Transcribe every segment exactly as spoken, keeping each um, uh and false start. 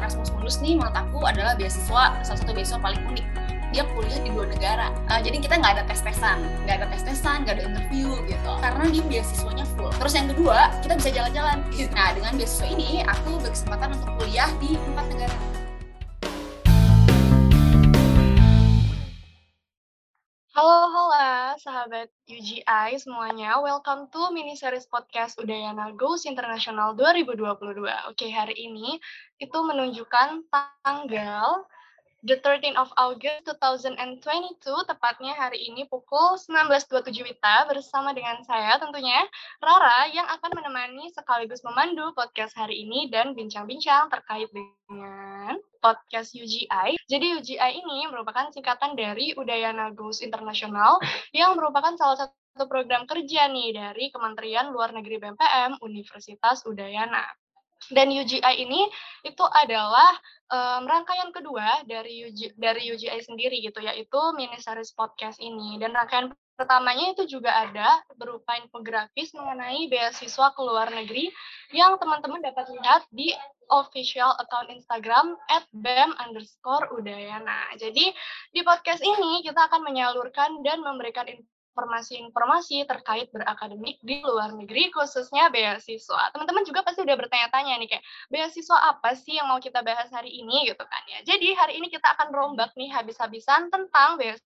Erasmus Mundus nih menurut aku adalah beasiswa, salah satu beasiswa paling unik. Dia kuliah di dua negara, uh, jadi kita nggak ada tes-tesan, nggak ada tes-tesan, nggak ada interview gitu, karena dia beasiswanya full. Terus yang kedua, kita bisa jalan-jalan. Nah, dengan beasiswa ini, aku berkesempatan untuk kuliah di empat negara. Halo, halo sahabat U G I semuanya, welcome to mini series podcast Udayana Goes International dua ribu dua puluh dua. Oke, hari ini itu menunjukkan tanggal the thirteenth of August two thousand twenty-two, tepatnya hari ini pukul sembilan belas dua puluh tujuh Wita, bersama dengan saya tentunya, Rara, yang akan menemani sekaligus memandu podcast hari ini dan bincang-bincang terkait dengan podcast U G I. Jadi U G I ini merupakan singkatan dari Udayana Goes International, yang merupakan salah satu program kerja nih dari Kementerian Luar Negeri B M P M Universitas Udayana. Dan U G I ini itu adalah um, rangkaian kedua dari U G, dari U G I sendiri gitu, yaitu mini series podcast ini. Dan rangkaian pertamanya itu juga ada berupa infografis mengenai beasiswa ke luar negeri yang teman-teman dapat lihat di official account Instagram at bem underscore udayana. Jadi di podcast ini kita akan menyalurkan dan memberikan informasi-informasi terkait berakademik di luar negeri, khususnya beasiswa. Teman-teman juga pasti udah bertanya-tanya nih kayak, beasiswa apa sih yang mau kita bahas hari ini gitu kan ya. Jadi hari ini kita akan rombak nih habis-habisan tentang beasiswa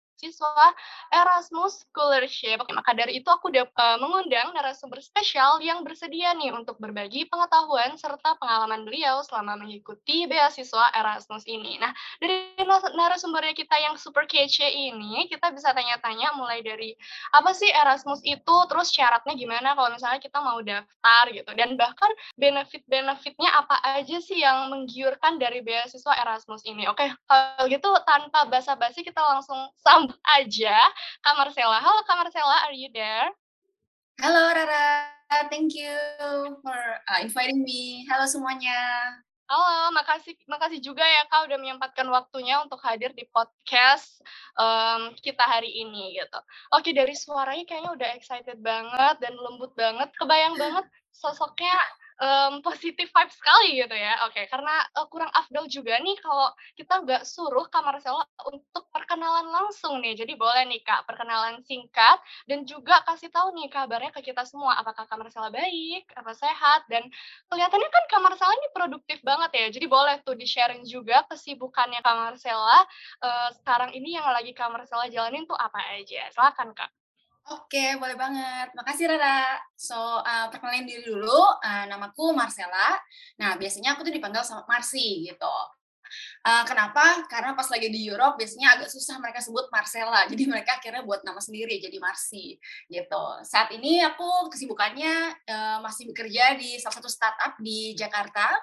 Erasmus Scholarship. Oke, maka dari itu aku udah uh, mengundang narasumber spesial yang bersedia nih untuk berbagi pengetahuan serta pengalaman beliau selama mengikuti beasiswa Erasmus ini. Nah, dari narasumbernya kita yang super kece ini, kita bisa tanya-tanya mulai dari apa sih Erasmus itu, terus syaratnya gimana kalau misalnya kita mau daftar gitu, dan bahkan benefit-benefitnya apa aja sih yang menggiurkan dari beasiswa Erasmus ini. Oke, kalau gitu tanpa basa-basi kita langsung sambut aja Kak Marcella. Halo Kak Marcella, are you there? Halo Rara, thank you for uh, inviting me. Halo semuanya. Halo, makasih makasih juga ya Kak udah menyempatkan waktunya untuk hadir di podcast um, kita hari ini gitu. Oke, dari suaranya kayaknya udah excited banget dan lembut banget, kebayang banget sosoknya um, positif vibe sekali gitu ya. Oke, karena uh, kurang afdol juga nih kalau kita nggak suruh Kak Marcella untuk perkenalan langsung nih. Jadi boleh nih Kak, perkenalan singkat dan juga kasih tahu nih kabarnya ke kita semua. Apakah Kak Marcella baik, apa sehat, dan kelihatannya kan Kak Marcella ini produktif banget ya, jadi boleh tuh di-sharing juga kesibukannya Kak Marcella, uh, sekarang ini yang lagi Kak Marcella jalanin tuh apa aja? Silakan Kak. Oke, boleh banget. Makasih Rara. So, uh, perkenalin diri dulu. Uh, namaku Marcella. Nah, biasanya aku tuh dipanggil sama Marcy gitu. Uh, kenapa? Karena pas lagi di Europe biasanya agak susah mereka sebut Marcella. Jadi mereka akhirnya buat nama sendiri jadi Marcy gitu. Saat ini aku kesibukannya uh, masih bekerja di salah satu startup di Jakarta.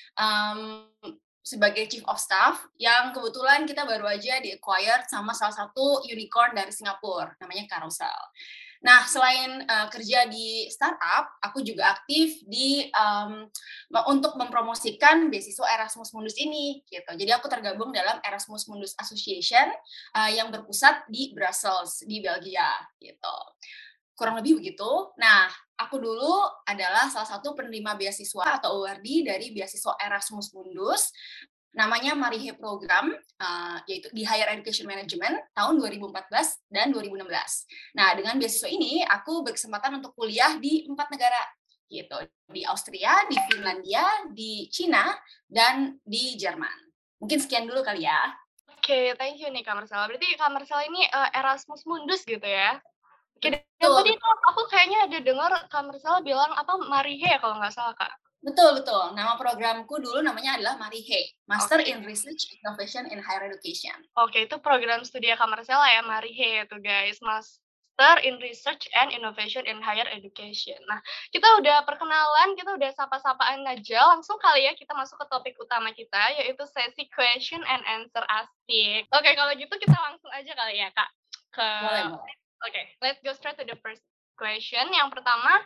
Um, sebagai chief of staff yang kebetulan kita baru aja di-acquired sama salah satu unicorn dari Singapura, namanya Carousel. Nah, selain uh, kerja di startup, aku juga aktif di um, untuk mempromosikan beasiswa Erasmus Mundus ini, gitu. Jadi aku tergabung dalam Erasmus Mundus Association uh, yang berpusat di Brussels, di Belgia, gitu. Kurang lebih begitu. Nah, aku dulu adalah salah satu penerima beasiswa atau awardee dari beasiswa Erasmus Mundus, namanya Marihe Program, uh, yaitu di Higher Education Management tahun dua ribu empat belas dan dua ribu enam belas. Nah, dengan beasiswa ini, aku berkesempatan untuk kuliah di empat negara, gitu. Di Austria, di Finlandia, di Cina, dan di Jerman. Mungkin sekian dulu kali ya. Oke, okay, thank you nih Kak Marcella. Berarti Kak Marcella ini uh, Erasmus Mundus gitu ya? Oke, okay, dan tadi tuh aku kayaknya ada dengar Kak Marcella bilang apa Marihe ya kalau nggak salah Kak? Betul, betul. Nama programku dulu namanya adalah Marihe, Master okay. in Research, Innovation in Higher Education. Oke, okay, itu program studi Kak Marcella ya, Marihe itu guys, Master in Research and Innovation in Higher Education. Nah, kita udah perkenalan, kita udah sapa-sapaan aja, langsung kali ya kita masuk ke topik utama kita, yaitu sesi question and answer asik. Oke, okay, kalau gitu kita langsung aja kali ya Kak. Ke... Boleh, boleh. Oke, okay, let's go straight to the first question. Yang pertama,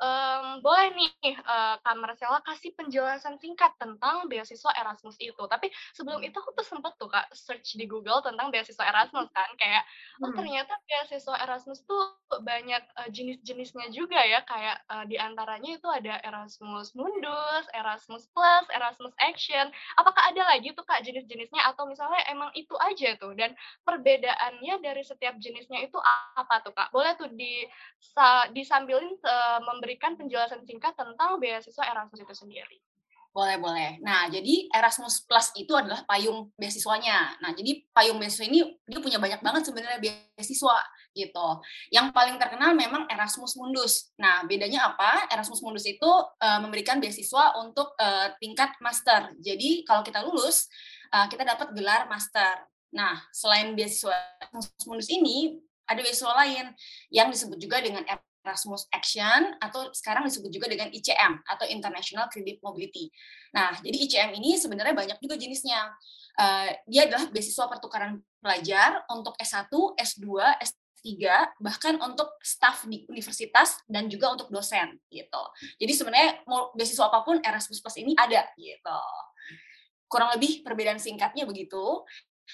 um, boleh nih uh, Kak Marcella kasih penjelasan singkat tentang beasiswa Erasmus itu. Tapi sebelum itu aku tuh sempet tuh Kak search di Google tentang beasiswa Erasmus kan, kayak oh Hmm. ternyata beasiswa Erasmus tuh banyak uh, jenis-jenisnya juga ya, kayak uh, di antaranya itu ada Erasmus Mundus, Erasmus Plus, Erasmus Action. Apakah ada lagi tuh Kak jenis-jenisnya atau misalnya emang itu aja tuh? Dan perbedaannya dari setiap jenisnya itu apa tuh Kak? Boleh tuh di sa disambillin eee, memberikan penjelasan singkat tentang beasiswa Erasmus itu sendiri. Boleh, boleh. Nah, jadi Erasmus Plus itu adalah payung beasiswanya. Nah, jadi payung beasiswa ini dia punya banyak banget sebenarnya beasiswa gitu. Yang paling terkenal memang Erasmus Mundus. Nah, bedanya apa? Erasmus Mundus itu uh, memberikan beasiswa untuk uh, tingkat master. Jadi kalau kita lulus, uh, kita dapat gelar master. Nah, selain beasiswa Erasmus Mundus ini, ada beasiswa lain yang disebut juga dengan Erasmus Action atau sekarang disebut juga dengan I C M atau International Credit Mobility. Nah, jadi I C M ini sebenarnya banyak juga jenisnya. Uh, dia adalah beasiswa pertukaran pelajar untuk S satu, S dua, S tiga, bahkan untuk staf di universitas dan juga untuk dosen gitu. Jadi sebenarnya mau beasiswa apapun Erasmus Plus ini ada gitu. Kurang lebih perbedaan singkatnya begitu.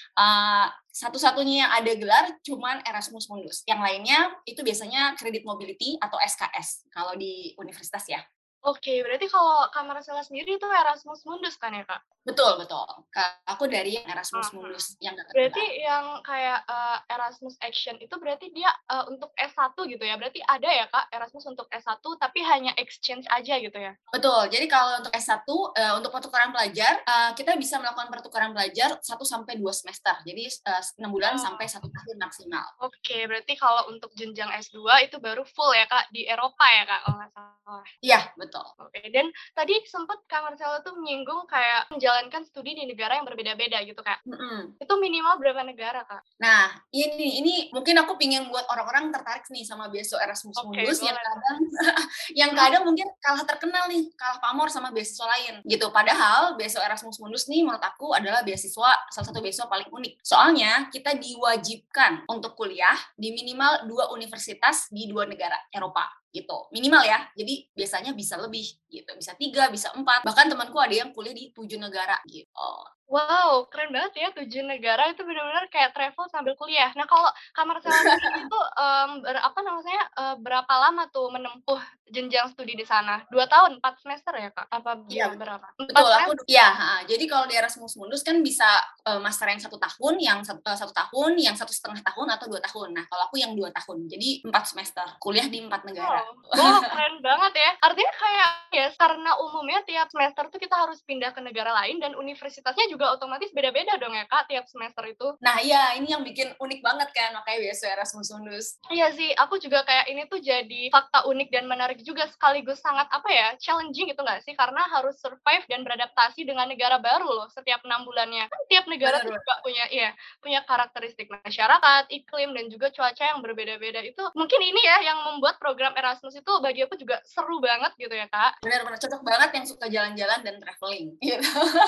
Uh, satu-satunya yang ada gelar cuman Erasmus Mundus. Yang lainnya itu biasanya Credit Mobility atau S K S kalau di universitas ya. Oke, berarti kalau Kak Marcella sendiri itu Erasmus Mundus kan ya, Kak? Betul, betul. Aku dari yang Erasmus Mhm. Mundus yang dekat Berarti gelar. yang kayak, eee, Erasmus Action itu berarti dia, eee, untuk S satu gitu ya? Berarti ada ya, Kak, Erasmus untuk S satu tapi hanya exchange aja gitu ya? Betul. Jadi kalau untuk S satu, uh, untuk pertukaran pelajar, uh, kita bisa melakukan pertukaran pelajar satu sampai dua semester. Jadi uh, enam bulan Oh. sampai satu tahun maksimal. Oke, berarti kalau untuk jenjang S dua itu baru full ya, Kak, di Eropa ya, Kak, kalau nggak salah? Iya, betul. Oke, dan tadi sempet Kak Marcella tuh menyinggung kayak menjalankan studi di negara yang berbeda-beda gitu, Kak. Mm-mm. Itu minimal berapa negara, Kak? Nah, ini ini mungkin aku pingin buat orang-orang tertarik nih sama beasiswa Erasmus Oke, Mundus yang boleh tuh. kadang yang Mhm. kadang mungkin kalah terkenal nih, kalah pamor sama beasiswa lain gitu. Padahal beasiswa Erasmus Mundus nih menurut aku adalah beasiswa salah satu beasiswa paling unik. Soalnya kita diwajibkan untuk kuliah di minimal dua universitas di dua negara Eropa gitu, minimal ya. Jadi biasanya bisa lebih gitu, bisa tiga, bisa empat. Bahkan temanku ada yang kuliah di tujuh negara gitu. Wow, keren banget ya, tujuh negara itu benar-benar kayak travel sambil kuliah. Nah, kalau Kak Marcella sendiri tuh, mmm, ber apa namanya, eee, berapa lama tuh menempuh jenjang studi di sana? dua tahun, empat semester ya, Kak? Apa Iya, ber berapa? empat betul, aku semester? iya, heeh. Jadi kalau di Erasmus Mundus kan bisa, eee, master yang satu tahun, yang sat eee, satu tahun, yang satu setengah tahun, atau dua tahun. Nah, kalau aku yang dua tahun, jadi empat semester, kuliah di empat negara. Wow, wow, keren banget ya. Artinya kayak ya, karena umumnya tiap semester tuh kita harus pindah ke negara lain dan universitasnya juga otomatis beda-beda dong ya, Kak, tiap semester itu? Nah iya, ini yang bikin unik banget kan, makanya beasiswa Erasmus Mundus. Iya sih, aku juga kayak ini tuh jadi fakta unik dan menarik juga sekaligus sangat apa ya, challenging gitu nggak sih? Karena harus survive dan beradaptasi dengan negara baru loh setiap enam bulannya. Kan tiap negara Bener tuh bener. juga punya iya, punya karakteristik masyarakat, iklim, dan juga cuaca yang berbeda-beda. Itu mungkin ini ya yang membuat program Erasmus itu bagi aku juga seru banget gitu ya, Kak. Bener bener, cocok banget yang suka jalan-jalan dan traveling, gitu.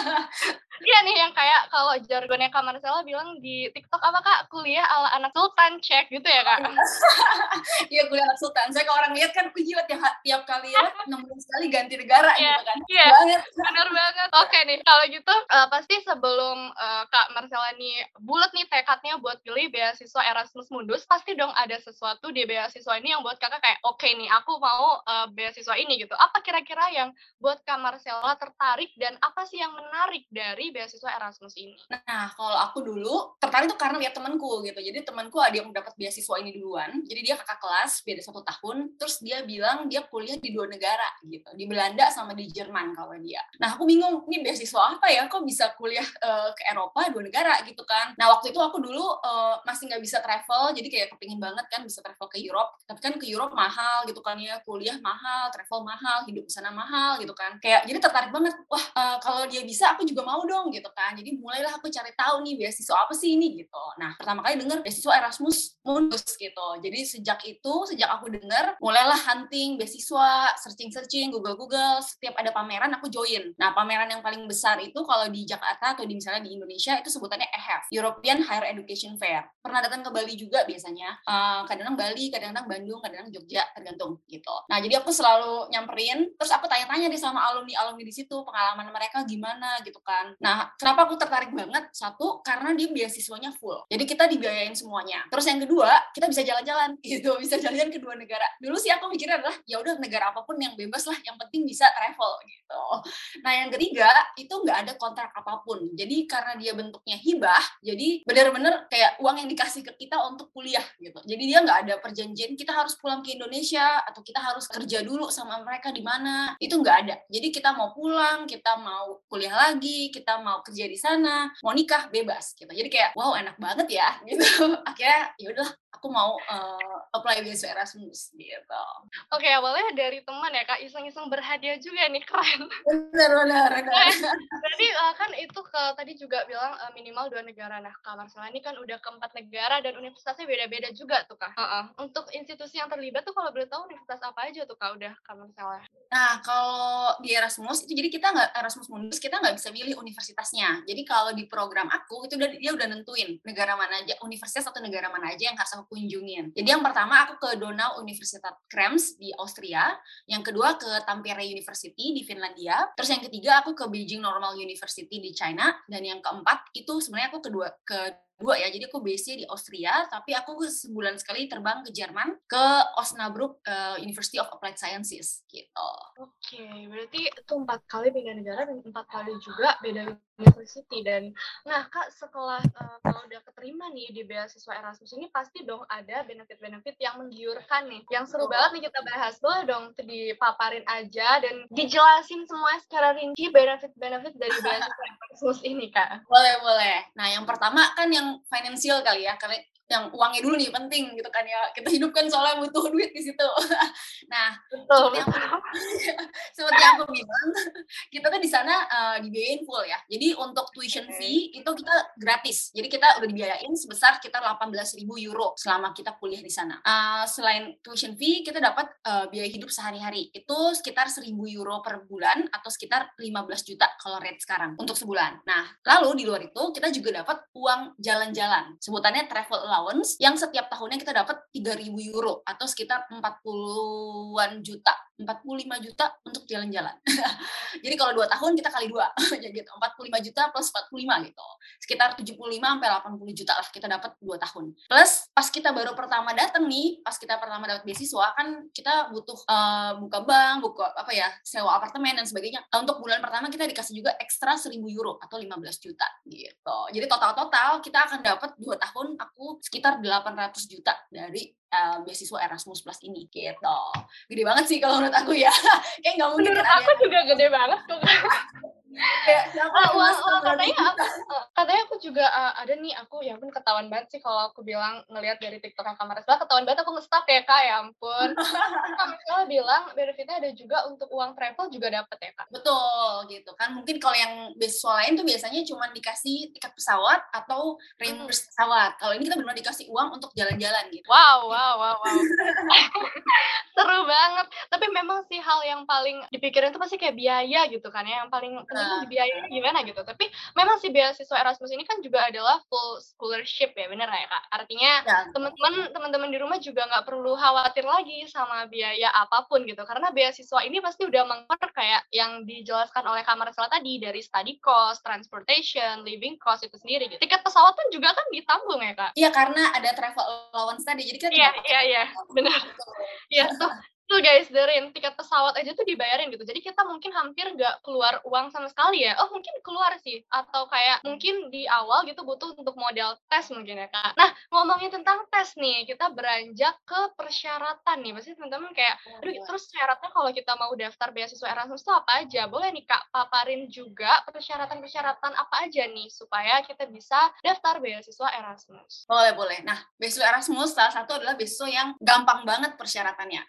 Iya nih yang kayak kalau jargonnya Kak Marcella bilang di TikTok apa, Kak? Kuliah ala anak sultan, cek gitu ya, Kak? Iya, kuliah anak sultan. Saya kalau orang lihat kan, "Wih gila tiap ha tiap kali lewat enam bulan sekali ganti negara," Iya gitu kan. iya, Banget. bener banget. Oke nih, kalau gitu, eee, pasti sebelum, eee, Kak Marcella nih bulet nih tekadnya buat pilih beasiswa Erasmus Mundus, pasti dong ada sesuatu di beasiswa ini yang buat Kakak kayak, "Oke nih, aku mau, eee, beasiswa ini," gitu. Apa kira-kira yang buat Kak Marcella tertarik dan apa sih yang menarik dari beasiswa Erasmus ini? Nah, kalau aku dulu tertarik tuh karena lihat temanku gitu. Jadi temanku ada yang dapat beasiswa ini duluan. Jadi dia kakak kelas, beda satu tahun. Terus dia bilang dia kuliah di dua negara gitu, di Belanda sama di Jerman kalau dia. Nah, aku bingung, ini beasiswa apa ya? Kok bisa kuliah uh, ke Eropa dua negara gitu kan? Nah, waktu itu aku dulu uh, masih nggak bisa travel, jadi kayak kepingin banget kan bisa travel ke Europe. Tapi kan ke Europe mahal gitu kan ya, kuliah mahal, travel mahal, hidup di sana mahal gitu kan. Kayak jadi tertarik banget. Wah, uh, kalau dia bisa, aku juga mau dong dong gitu kan. Jadi mulailah aku cari tahu nih beasiswa apa sih ini gitu. Nah, pertama kali denger beasiswa Erasmus Mundus gitu. Jadi sejak itu, sejak aku denger, mulailah hunting beasiswa, searching-searching, Google-Google, setiap ada pameran aku join. Nah, pameran yang paling besar itu kalau di Jakarta atau di misalnya di Indonesia itu sebutannya E H E F, European Higher Education Fair. Pernah datang ke Bali juga biasanya. Uh, kadang-kadang Bali, kadang-kadang Bandung, kadang-kadang Jogja, tergantung gitu. Nah, jadi aku selalu nyamperin, terus aku tanya-tanya deh sama alumni-alumni di situ, pengalaman mereka gimana gitu kan. Nah, kenapa aku tertarik banget? Satu, karena dia beasiswanya full. Jadi kita dibiayain semuanya. Terus yang kedua, kita bisa jalan-jalan gitu, bisa jalan-jalan ke dua negara. Dulu sih aku mikirnya adalah ya udah negara apapun yang bebas lah, yang penting bisa travel gitu. Nah, yang ketiga, itu nggak ada kontrak apapun. Jadi karena dia bentuknya hibah, jadi benar-benar kayak uang yang dikasih ke kita untuk kuliah gitu. Jadi dia nggak ada perjanjian kita harus pulang ke Indonesia atau kita harus kerja dulu sama mereka di mana. Itu nggak ada. Jadi kita mau pulang, kita mau kuliah lagi, kita mau kerja di sana, mau nikah bebas gitu. Jadi kayak wow enak banget ya gitu. Akhirnya ya udahlah aku mau uh, apply beasiswa Erasmus gitu. Oke, awalnya dari teman ya Kak, iseng-iseng berhadiah juga nih, keren. Benar benar benar. Berarti uh, kan itu ke tadi juga bilang uh, minimal dua negara. Nah, Kak Marcella ini kan udah keempat negara dan universitasnya beda-beda juga tuh Kak. Uh-uh. Untuk institusi yang terlibat tuh kalau boleh tahu universitas apa aja tuh Kak udah Kak Marcella? Nah, kalau di Erasmus itu jadi kita nggak Erasmus Mundus kita nggak bisa pilih universitasnya. Jadi kalau di program aku itu udah dia udah nentuin negara mana aja, universitas atau negara mana aja yang harus aku kunjungin. Jadi yang pertama aku ke Donau Universität Krems di Austria, yang kedua ke Tampere University di Finlandia, terus yang ketiga aku ke Beijing Normal University di China, dan yang keempat itu sebenarnya aku kedua ke dua ya, jadi aku base-nya di Austria, tapi aku sebulan sekali terbang ke Jerman, ke Osnabrück uh, University of Applied Sciences, gitu. Oke, okay, berarti itu empat kali beda negara dan empat kali juga beda university. Dan, nah Kak, setelah uh, kalau udah keterima nih di beasiswa Erasmus ini, pasti dong ada benefit-benefit yang menggiurkan nih. Yang seru oh. banget nih kita bahas, boleh dong dipaparin aja dan dijelasin semua secara rinci benefit-benefit dari beasiswa Erasmus ini, Kak. Boleh, boleh. Nah, yang pertama kan yang financial kali ya, kalian yang uangnya dulu nih penting gitu kan ya, kita hidup kan soalnya butuh duit di situ. Nah, betul, seperti yang seperti yang aku bilang, kita tuh di sana uh, dibiayain full ya. Jadi untuk tuition fee itu kita gratis. Jadi kita udah dibiayain sebesar sekitar delapan belas ribu euro selama kita kuliah di sana. Uh, selain tuition fee, kita dapat uh, biaya hidup sehari-hari. Itu sekitar seribu euro per bulan atau sekitar lima belas juta kalau rate sekarang untuk sebulan. Nah, lalu di luar itu kita juga dapat uang jalan-jalan. Sebutannya travel allowance yang setiap tahunnya kita dapat tiga ribu euro atau sekitar empat puluhan juta, empat puluh lima juta untuk jalan-jalan. Jadi kalau dua tahun kita kali dua, ya gitu, empat puluh lima juta plus empat puluh lima gitu. Sekitar tujuh puluh lima sampai delapan puluh juta lah kita dapat dua tahun. Plus pas kita baru pertama datang nih, pas kita pertama dapat beasiswa kan kita butuh uh, buka bank, buka apa ya, sewa apartemen dan sebagainya. Untuk bulan pertama kita dikasih juga ekstra seribu euro atau lima belas juta gitu. Jadi total-total kita akan dapat dua tahun aku sekitar delapan ratus juta dari uh, beasiswa Erasmus Plus ini gitu. Gede banget sih kalau menurut aku ya. Kayak nggak mungkin. Menurut aku juga gede banget tuh. Kayak siapa uh, uh, katanya aku, uh, katanya aku juga uh, ada nih aku ya pun ketahuan banget sih kalau aku bilang ngelihat dari TikTok Kak Marcella, ketahuan banget aku nge-stop ya Kak, ya ampun. Kak Marcella bilang benefitnya ada juga untuk uang travel juga dapat ya Kak. Betul gitu kan, mungkin kalau yang beasiswa lain tuh biasanya cuma dikasih tiket pesawat atau reimburse hmm. pesawat. Kalau ini kita benar dikasih uang untuk jalan-jalan gitu. Wow, wow, wow, wow. Seru banget. Tapi memang sih hal yang paling dipikirin tuh pasti kayak biaya gitu kan ya, yang paling penting tuh dibiayain gimana gitu. Tapi memang si beasiswa Erasmus ini kan juga adalah full scholarship ya, bener nggak ya Kak? Artinya ya. teman-teman teman-teman di rumah juga nggak perlu khawatir lagi sama biaya apapun gitu, karena beasiswa ini pasti udah meng-cover kayak yang dijelaskan oleh Kak Marcella tadi, dari study cost, transportation, living cost itu sendiri gitu. Tiket pesawat pun juga kan ditanggung ya Kak? Iya, karena ada travel allowance tadi, jadi kita iya iya iya benar. Iya tuh tuh guys, Darin, tiket pesawat aja tuh dibayarin gitu. Jadi kita mungkin hampir nggak keluar uang sama sekali ya. Oh mungkin keluar sih, atau kayak mungkin di awal gitu butuh untuk modal tes mungkin ya Kak. Nah ngomongin tentang tes nih, kita beranjak ke persyaratan nih. Pasti teman-teman kayak, aduh terus syaratnya kalau kita mau daftar beasiswa Erasmus tuh apa aja? Boleh nih Kak paparin juga persyaratan-persyaratan apa aja nih supaya kita bisa daftar beasiswa Erasmus. Boleh boleh. Nah beasiswa Erasmus salah satu adalah beasiswa yang gampang banget persyaratannya. Kalau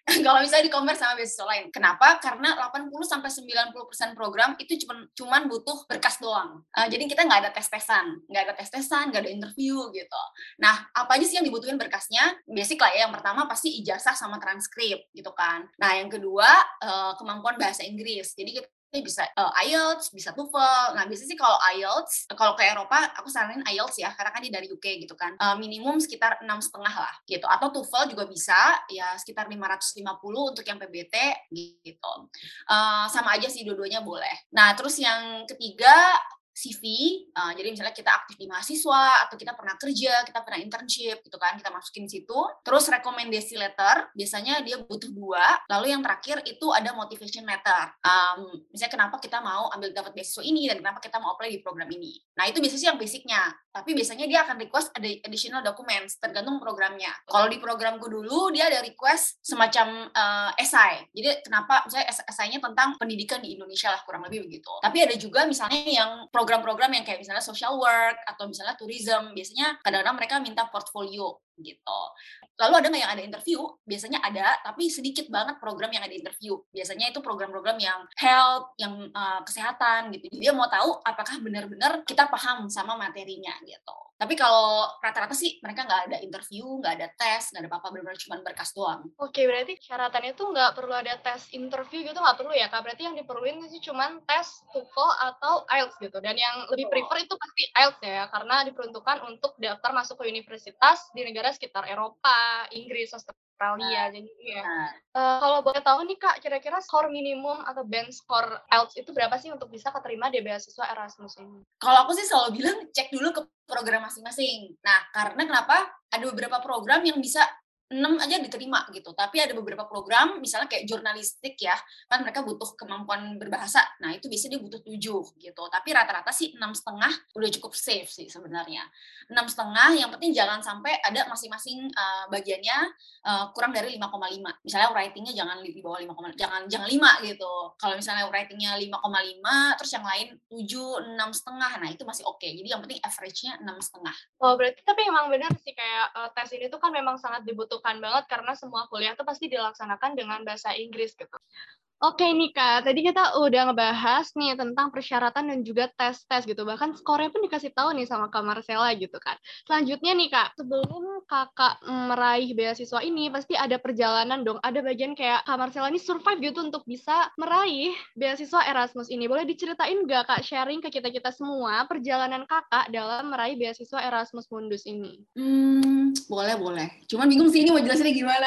bisa di-compare sama beasiswa lain. Kenapa? Karena delapan puluh sampai sembilan puluh persen program itu cuma cuman butuh berkas doang. Uh, jadi kita nggak ada tes-tesan, nggak ada tes-tesan, nggak ada interview gitu. Nah, apa aja sih yang dibutuhin berkasnya? Basic lah ya. Yang pertama pasti ijazah sama transkrip gitu kan. Nah, yang kedua uh, kemampuan bahasa Inggris. Jadi kita bisa uh, I E L T S, bisa TOEFL. Nah, biasanya sih kalau I E L T S, kalau ke Eropa, aku saranin I E L T S ya, karena kan dia dari U K gitu kan. Uh, minimum sekitar enam setengah lah, gitu. Atau TOEFL juga bisa, ya sekitar lima ratus lima puluh untuk yang P B T, gitu. Uh, sama aja sih, dua-duanya boleh. Nah, terus yang ketiga, C V, uh, jadi misalnya kita aktif di mahasiswa, atau kita pernah kerja, kita pernah internship, gitu kan, kita masukin situ. Terus recommendation letter, biasanya dia butuh dua, lalu yang terakhir itu ada motivation letter. Um, misalnya kenapa kita mau ambil dapat beasiswa ini, dan kenapa kita mau apply di program ini. Nah, itu biasanya sih yang basicnya. Tapi biasanya dia akan request ada additional documents, tergantung programnya. Kalau di programku dulu, dia ada request semacam uh, esai. Jadi kenapa, misalnya esainya tentang pendidikan di Indonesia lah, kurang lebih begitu. Tapi ada juga misalnya yang program-program yang kayak misalnya social work atau misalnya tourism, biasanya kadang-kadang mereka minta portfolio gitu. Lalu ada nggak yang ada interview? Biasanya ada, tapi sedikit banget program yang ada interview. Biasanya itu program-program yang health, yang uh, kesehatan gitu. Jadi dia mau tahu apakah benar-benar kita paham sama materinya gitu. Tapi kalau rata-rata sih mereka nggak ada interview, nggak ada tes, nggak ada apa-apa, benar-benar cuma berkas doang. Oke, berarti syaratannya tuh nggak perlu ada tes interview gitu, nggak perlu ya Kak? Berarti yang diperluin sih cuma tes TOEFL atau I E L T S gitu. Dan yang lebih prefer itu pasti I E L T S ya, karena diperuntukkan untuk daftar masuk ke universitas di negara sekitar Eropa, Inggris, Australia. Jadi ya. Uh, kalau boleh tahu nih Kak, kira-kira skor minimum atau bench score I E L T S itu berapa sih untuk bisa keterima di beasiswa Erasmus ini? Kalau aku sih selalu bilang cek dulu ke program masing-masing. Nah, karena kenapa? Ada beberapa program yang bisa enam aja diterima gitu. Tapi ada beberapa program, misalnya kayak jurnalistik ya, kan mereka butuh kemampuan berbahasa. Nah, itu biasanya dia butuh tujuh gitu. Tapi rata-rata sih enam setengah udah cukup safe sih sebenarnya. Enam setengah, yang penting jangan sampai ada masing-masing uh, bagiannya uh, kurang dari lima koma lima. Misalnya writing-nya jangan di bawah lima, jangan jangan lima gitu. Kalau misalnya writing-nya lima koma lima, terus yang lain tujuh, enam setengah, nah itu masih oke. Okay. Jadi yang penting average-nya enam setengah. Oh, berarti tapi emang benar sih kayak uh, tes ini tuh kan memang sangat dibutuhkan banget karena semua kuliah tuh pasti dilaksanakan dengan bahasa Inggris gitu. Oke nih Kak, tadi kita udah ngebahas nih tentang persyaratan dan juga tes-tes gitu. Bahkan skornya pun dikasih tahu nih sama Kak Marcella gitu kan. Selanjutnya nih Kak, sebelum Kakak meraih beasiswa ini pasti ada perjalanan dong. Ada bagian kayak Kak Marcella ini survive gitu untuk bisa meraih beasiswa Erasmus ini. Boleh diceritain nggak Kak, sharing ke kita-kita semua perjalanan Kakak dalam meraih beasiswa Erasmus Mundus ini? Hmm, boleh, boleh. Cuman bingung sih ini mau jelasinnya gimana.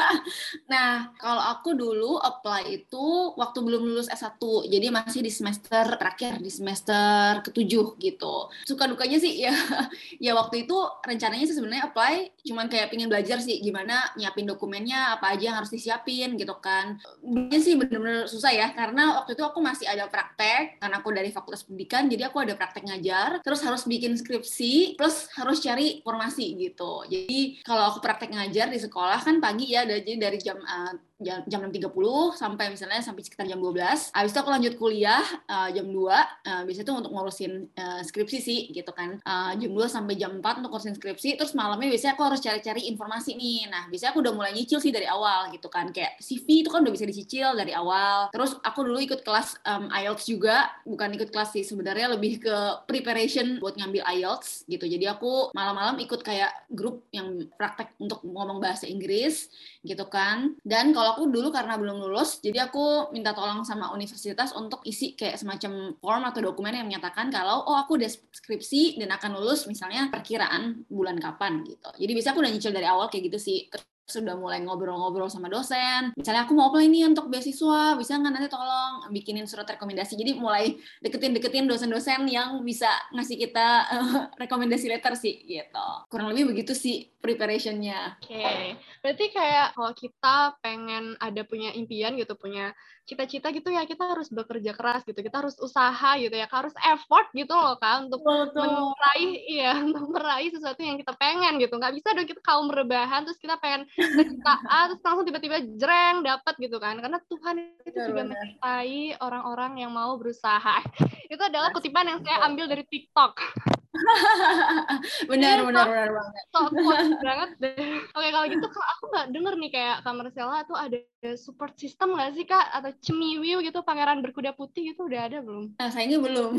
Nah, kalau aku dulu apply itu waktu belum lulus S satu, jadi masih di semester terakhir, di semester ketujuh gitu. Suka dukanya sih ya, ya waktu itu rencananya sih sebenarnya apply, cuman kayak pengen belajar sih gimana nyiapin dokumennya, apa aja yang harus disiapin gitu kan. Ini sih bener-bener susah ya, karena waktu itu aku masih ada praktek, karena aku dari Fakultas Pendidikan, jadi aku ada praktek ngajar, terus harus bikin skripsi, plus harus cari informasi gitu. Jadi kalau aku praktek ngajar di sekolah kan pagi ya, jadi dari jam uh, jam, jam enam tiga puluh sampai misalnya sampai sekitar jam dua belas. Habis itu aku lanjut kuliah uh, jam dua, uh, biasanya itu untuk ngurusin uh, skripsi sih gitu kan. Uh, jam dua sampai jam empat untuk ngurusin skripsi, terus malamnya biasanya aku harus cari-cari informasi nih. Nah, biasanya aku udah mulai nyicil sih dari awal gitu kan. Kayak C V itu kan udah bisa dicicil dari awal. Terus aku dulu ikut kelas um, I E L T S juga, bukan ikut kelas sih, sebenarnya lebih ke preparation buat ngambil I E L T S gitu. Jadi aku malam-malam ikut kayak grup yang praktek untuk ngomong bahasa Inggris gitu kan. Dan kalau aku dulu karena belum lulus, jadi aku minta tolong sama universitas untuk isi kayak semacam form atau dokumen yang menyatakan kalau oh aku udah skripsi dan akan lulus misalnya perkiraan bulan kapan gitu. Jadi bisa aku udah nyicil dari awal kayak gitu sih. Sudah mulai ngobrol-ngobrol sama dosen. Misalnya aku mau apply nih untuk beasiswa, bisa nggak nanti tolong bikinin surat rekomendasi. Jadi mulai deketin-deketin dosen-dosen yang bisa ngasih kita uh, rekomendasi letter sih gitu. Kurang lebih begitu sih preparationnya. Oke, okay. Berarti kayak kalau kita pengen ada punya impian gitu, punya cita-cita gitu ya, kita harus bekerja keras gitu, kita harus usaha gitu ya, harus effort gitu loh kan untuk Betul. meraih, iya, untuk meraih sesuatu yang kita pengen gitu. Nggak bisa dong kita kaum rebahan terus kita pengen cita A terus langsung tiba-tiba jreng dapat gitu kan, karena Tuhan itu benar, juga menyertai orang-orang yang mau berusaha. Itu adalah kutipan yang saya ambil dari TikTok. Benar, Iya, benar, sok benar banget. sok quotes banget deh. Oke, kalau gitu Kak, aku nggak denger nih kayak Kak Marcella tuh ada support system nggak sih Kak? Atau cemiwiu gitu, pangeran berkuda putih gitu udah ada belum? Nah, sayangnya belum.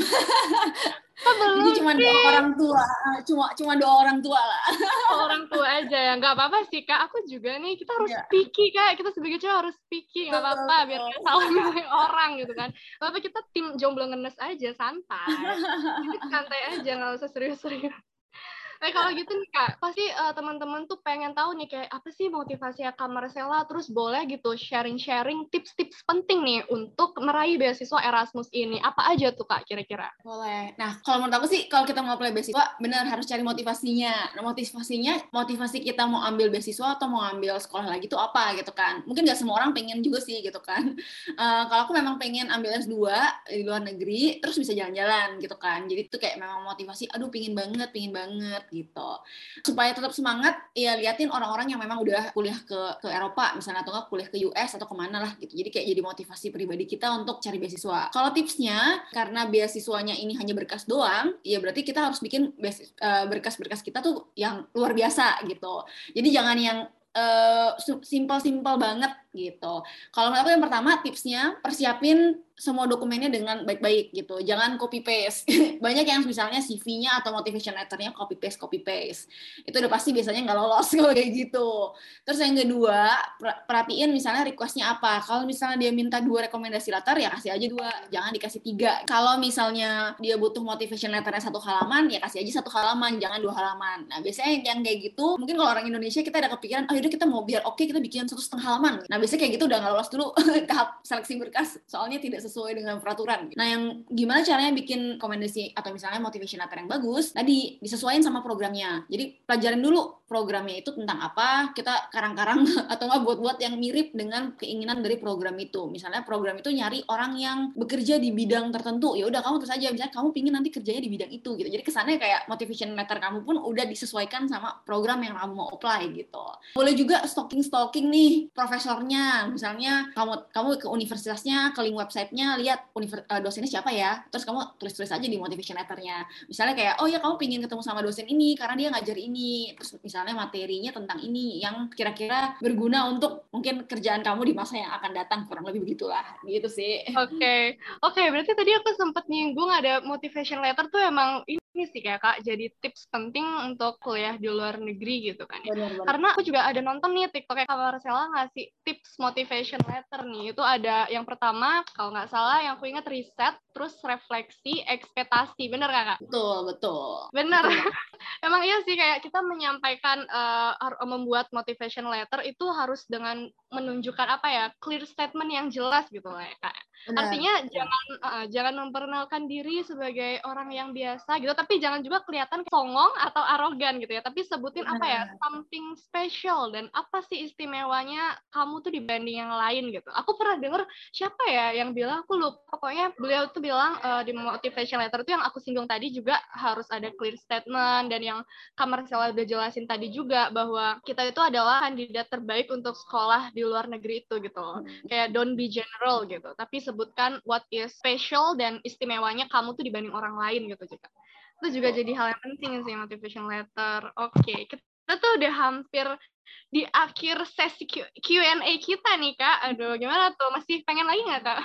Oh, Jadi belum cuma doa sih. orang tua, cuma cuma doa orang tua lah. Oh, orang tua aja ya. Nggak apa-apa sih Kak, aku juga nih, kita harus Iya, picky Kak. Kita sebagai cewek harus picky, nggak betul, apa-apa. Biar nggak betul. salah milih orang gitu kan. Nggak apa kita tim jomblo ngenes aja, santai. Jadi santai aja, nggak usah serius-serius. Nah, kalau gitu nih Kak, pasti uh, teman-teman tuh pengen tahu nih kayak apa sih motivasi Kak Marcella, terus boleh gitu sharing-sharing tips-tips penting nih untuk meraih beasiswa Erasmus ini. Apa aja tuh Kak kira-kira? Boleh. Nah, kalau menurut aku sih, kalau kita mau apply beasiswa, benar harus cari motivasinya. Nah, motivasinya, motivasi kita mau ambil beasiswa atau mau ambil sekolah lagi itu apa gitu kan. Mungkin nggak semua orang pengen juga sih gitu kan. Uh, kalau aku memang pengen ambil S dua di luar negeri, terus bisa jalan-jalan gitu kan. Jadi itu kayak memang motivasi, aduh pingin banget, pingin banget gitu. Supaya tetap semangat, ya liatin orang-orang yang memang udah kuliah ke ke Eropa misalnya, atau nggak kuliah ke U S atau kemana lah gitu. Jadi kayak jadi motivasi pribadi kita untuk cari beasiswa. Kalau tipsnya, karena beasiswanya ini hanya berkas doang, ya berarti kita harus bikin berkas-berkas kita tuh yang luar biasa gitu. Jadi jangan yang uh, simpel-simpel banget gitu. Kalau menurut aku yang pertama tipsnya, persiapin semua dokumennya dengan baik-baik gitu. Jangan copy paste. Banyak yang misalnya C V-nya atau motivation letter-nya copy paste copy paste. Itu udah pasti biasanya nggak lolos kalau kayak gitu. Terus yang kedua, perhatiin misalnya request-nya apa. Kalau misalnya dia minta dua rekomendasi letter, ya kasih aja dua, jangan dikasih tiga. Kalau misalnya dia butuh motivation letter-nya satu halaman, ya kasih aja satu halaman, jangan dua halaman. Nah, biasanya yang kayak gitu, mungkin kalau orang Indonesia kita ada kepikiran, oh yaudah kita mau biar oke, okay, kita bikin satu setengah halaman. Nah, biasanya kayak gitu udah nggak lolos dulu tahap seleksi berkas, soalnya tidak sesuai dengan peraturan. Nah, yang gimana caranya bikin rekomendasi atau misalnya motivation letter yang bagus, tadi disesuaikan sama programnya. Jadi pelajarin dulu programnya itu tentang apa, kita karang-karang atau nggak buat-buat yang mirip dengan keinginan dari program itu. Misalnya program itu nyari orang yang bekerja di bidang tertentu, ya udah kamu terus aja, misalnya kamu pingin nanti kerjanya di bidang itu gitu. Jadi kesannya kayak motivation letter kamu pun udah disesuaikan sama program yang kamu mau apply gitu. Boleh juga stalking-stalking nih profesornya, misalnya kamu kamu ke universitasnya, ke link websitenya, lihat univers, uh, dosennya siapa ya, terus kamu tulis-tulis aja di motivation letternya. Misalnya kayak, oh ya kamu pingin ketemu sama dosen ini karena dia ngajar ini, terus misalnya materinya tentang ini yang kira-kira berguna untuk mungkin kerjaan kamu di masa yang akan datang, kurang lebih begitulah, gitu sih. Oke, okay. oke. Okay, berarti tadi aku sempat nyinggung ada motivation letter tuh emang ini sih kayak Kak, jadi tips penting untuk kuliah di luar negeri gitu kan ya. Benar-benar. Karena aku juga ada nonton nih TikTok-nya Kak Marcella ngasih tips motivation letter nih. Itu ada yang pertama, kalau nggak salah yang aku ingat riset, terus refleksi, ekspektasi. Bener nggak Kak? Betul, betul. Bener. Betul. Emang iya sih kayak kita menyampaikan uh, membuat motivation letter itu harus dengan menunjukkan apa ya, clear statement yang jelas gitu lah ya Kak. Benar. Artinya jangan uh, jangan memperkenalkan diri sebagai orang yang biasa gitu, tapi jangan juga kelihatan songong atau arogan gitu ya. Tapi sebutin Benar. apa ya, something special dan apa sih istimewanya kamu tuh dibanding yang lain gitu. Aku pernah denger siapa ya yang bilang, aku lupa, pokoknya beliau tuh bilang uh, di motivation letter tuh yang aku singgung tadi juga harus ada clear statement, dan yang Kak Marcella udah jelasin tadi juga bahwa kita itu adalah kandidat terbaik untuk sekolah di luar negeri itu gitu loh. Kayak don't be general gitu, tapi sebutkan what is special dan istimewanya kamu tuh dibanding orang lain gitu juga. Itu juga jadi hal yang penting sih motivation letter. Oke, okay. Kita tuh udah hampir di akhir sesi Q and A kita nih Kak. Aduh, gimana tuh? Masih pengen lagi nggak Kak?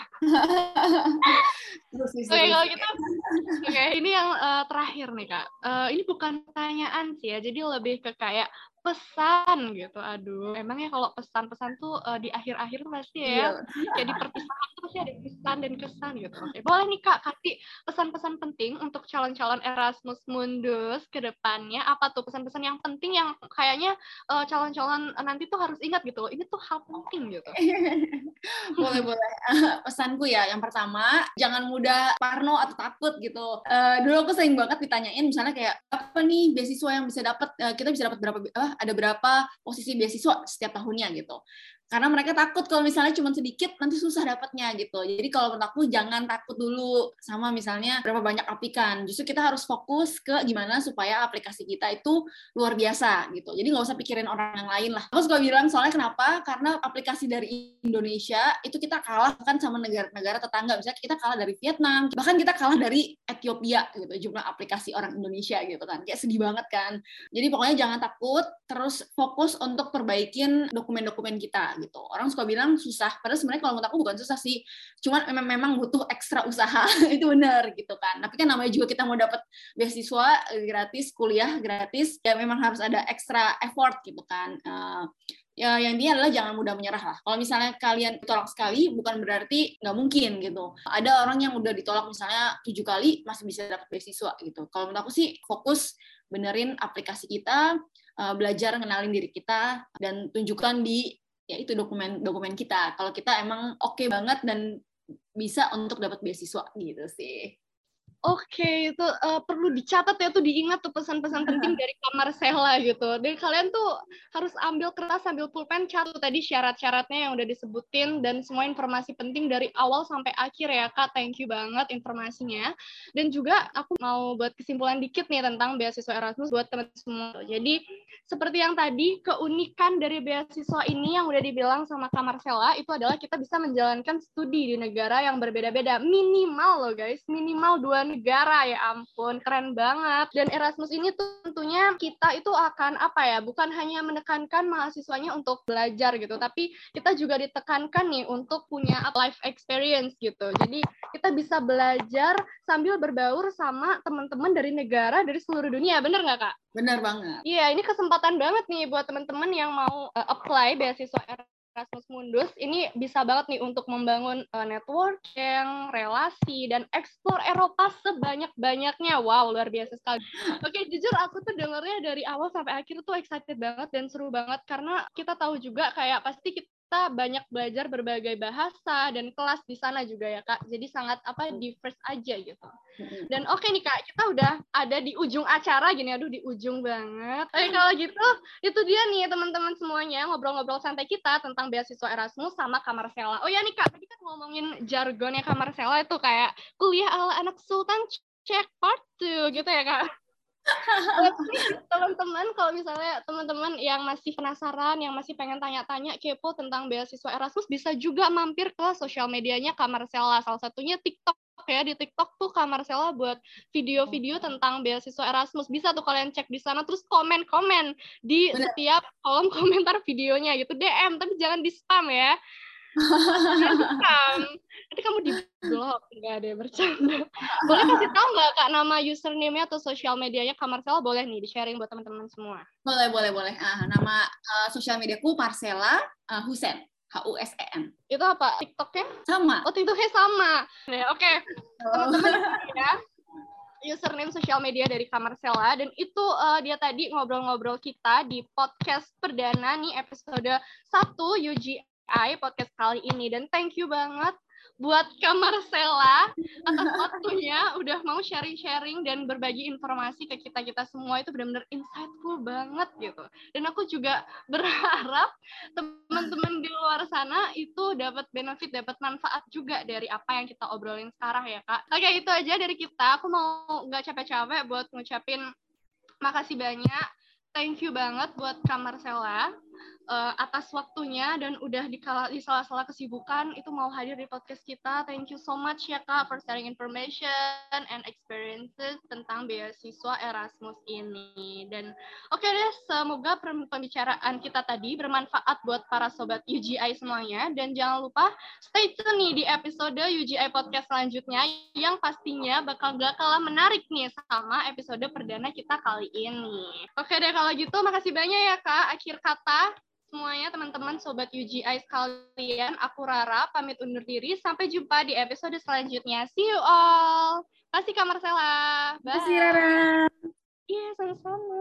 Terus, Oke, okay, kalau gitu, oke, okay, ini yang uh, terakhir nih Kak. Uh, ini bukan pertanyaan sih ya, jadi lebih ke kayak pesan gitu. Aduh, emangnya kalau pesan-pesan tuh uh, di akhir-akhir pasti ya, iya. kayak di perpisahan tuh pasti ada pesan dan kesan gitu. Oke, okay. Boleh nih Kak, kasih pesan-pesan penting untuk calon-calon Erasmus Mundus ke depannya. Apa tuh pesan-pesan yang penting yang kayaknya uh, calon-calon nanti tuh harus ingat gitu loh. Ini tuh hal penting gitu. Boleh-boleh. Pesanku ya, yang pertama, jangan mudah parno atau takut gitu. Uh, dulu aku sering banget ditanyain, misalnya kayak, apa nih beasiswa yang bisa dapat, uh, kita bisa dapat berapa, uh, ada berapa posisi beasiswa setiap tahunnya gitu. Karena mereka takut kalau misalnya cuma sedikit nanti susah dapatnya gitu. Jadi kalau menurut aku jangan takut dulu sama misalnya berapa banyak aplikan. Justru kita harus fokus ke gimana supaya aplikasi kita itu luar biasa gitu. Jadi nggak usah pikirin orang yang lain lah. Aku suka bilang soalnya kenapa? Karena aplikasi dari Indonesia itu kita kalah kan sama negara-negara tetangga. Misalnya kita kalah dari Vietnam, bahkan kita kalah dari Ethiopia gitu. Jumlah aplikasi orang Indonesia gitu kan. Kayak sedih banget kan. Jadi pokoknya jangan takut, terus fokus untuk perbaikin dokumen-dokumen kita gitu. Orang suka bilang susah, padahal sebenarnya kalau menurut aku bukan susah sih, cuman memang memang butuh ekstra usaha. Itu benar gitu kan. Tapi kan namanya juga kita mau dapat beasiswa gratis, kuliah gratis, ya memang harus ada ekstra effort gitu kan. Uh, ya yang intinya adalah jangan mudah menyerah lah. Kalau misalnya kalian ditolak sekali, bukan berarti nggak mungkin gitu. Ada orang yang udah ditolak misalnya tujuh kali masih bisa dapat beasiswa gitu. Kalau menurut aku sih fokus benerin aplikasi kita, uh, belajar ngenalin diri kita, dan tunjukkan di ya itu dokumen-dokumen kita. Kalau kita emang oke okay banget dan bisa untuk dapat beasiswa gitu sih. Oke, itu uh, perlu dicatat ya, tuh diingat tuh pesan-pesan penting dari Kak Marcella gitu. Dan kalian tuh harus ambil kertas, ambil pulpen, catat tadi syarat-syaratnya yang udah disebutin dan semua informasi penting dari awal sampai akhir ya Kak. Thank you banget informasinya. Dan juga aku mau buat kesimpulan dikit nih tentang beasiswa Erasmus buat teman-teman semua. Jadi seperti yang tadi, keunikan dari beasiswa ini yang udah dibilang sama Kak Marcella itu adalah kita bisa menjalankan studi di negara yang berbeda-beda. Minimal loh guys, minimal dua negara, ya ampun, keren banget. Dan Erasmus ini tuh tentunya kita itu akan apa ya, bukan hanya menekankan mahasiswanya untuk belajar gitu, tapi kita juga ditekankan nih untuk punya life experience gitu. Jadi kita bisa belajar sambil berbaur sama teman-teman dari negara dari seluruh dunia, bener nggak Kak? Bener banget. Iya, ini kesempatan banget nih buat teman-teman yang mau uh, apply beasiswa Erasmus Mundus. Ini bisa banget nih untuk membangun uh, networking, relasi, dan explore Eropa sebanyak-banyaknya. Wow, luar biasa sekali. Oke, jujur aku tuh dengernya dari awal sampai akhir tuh excited banget dan seru banget, karena kita tahu juga kayak pasti kita kita banyak belajar berbagai bahasa dan kelas di sana juga ya Kak. Jadi sangat apa diverse aja gitu. Dan oke okay nih Kak, kita udah ada di ujung acara gini, aduh di ujung banget. Oke, kalau gitu itu dia nih teman-teman semuanya ngobrol-ngobrol santai kita tentang beasiswa Erasmus sama Kak Marcella. Oh ya nih Kak, tadi kan ngomongin jargonnya Kak Marcella itu kayak kuliah ala anak sultan check part two gitu ya Kak. Teman-teman, kalau misalnya teman-teman yang masih penasaran, yang masih pengen tanya-tanya kepo tentang beasiswa Erasmus, bisa juga mampir ke sosial medianya Kak Marcella, salah satunya TikTok ya. Di TikTok tuh Kak Marcella buat video-video tentang beasiswa Erasmus, bisa tuh kalian cek di sana, terus komen-komen di Bener. Setiap kolom komentar videonya gitu, D M, tapi jangan di spam ya. Nanti kamu di blog, nggak ada yang bercanda. Boleh kasih tahu nggak Kak nama username-nya atau sosial medianya Kak Marcella? Boleh nih di-sharing buat teman-teman semua. Boleh, boleh, boleh. Ah, nama uh, sosial mediaku Marcella uh, Husen, H U S E N. Itu apa? TikTok-nya? Sama. Oh, TikTok-nya sama. Nah, oke. Okay. Teman-teman ya. Username sosial media dari Kak Marcella, dan itu uh, dia tadi ngobrol-ngobrol kita di podcast perdana nih episode satu U G I podcast kali ini. Dan thank you banget buat Kak Marcella atas waktunya udah mau sharing-sharing dan berbagi informasi ke kita-kita semua. Itu benar-benar insightful banget gitu. Dan aku juga berharap teman-teman di luar sana itu dapat benefit, dapat manfaat juga dari apa yang kita obrolin sekarang ya Kak. Oke, itu aja dari kita. Aku mau nggak capek-capek buat ngucapin makasih banyak. Thank you banget buat Kak Marcella uh, atas waktunya dan udah di, di salah-salah kesibukan itu mau hadir di podcast kita. Thank you so much ya Kak for sharing information and experiences tentang beasiswa Erasmus ini. Dan oke okay deh, semoga pembicaraan kita tadi bermanfaat buat para sobat U G I semuanya. Dan jangan lupa stay tune nih di episode U G I podcast selanjutnya yang pastinya bakal gak kalah menarik nih sama episode perdana kita kali ini. Oke deh, kalau gitu makasih banyak ya Kak. Akhir kata semuanya teman-teman sobat U G I sekalian, aku Rara pamit undur diri. Sampai jumpa di episode selanjutnya. See you all. Terima kasih Kak Marcella. Bye. Terima kasih Rara. Iya, sama-sama.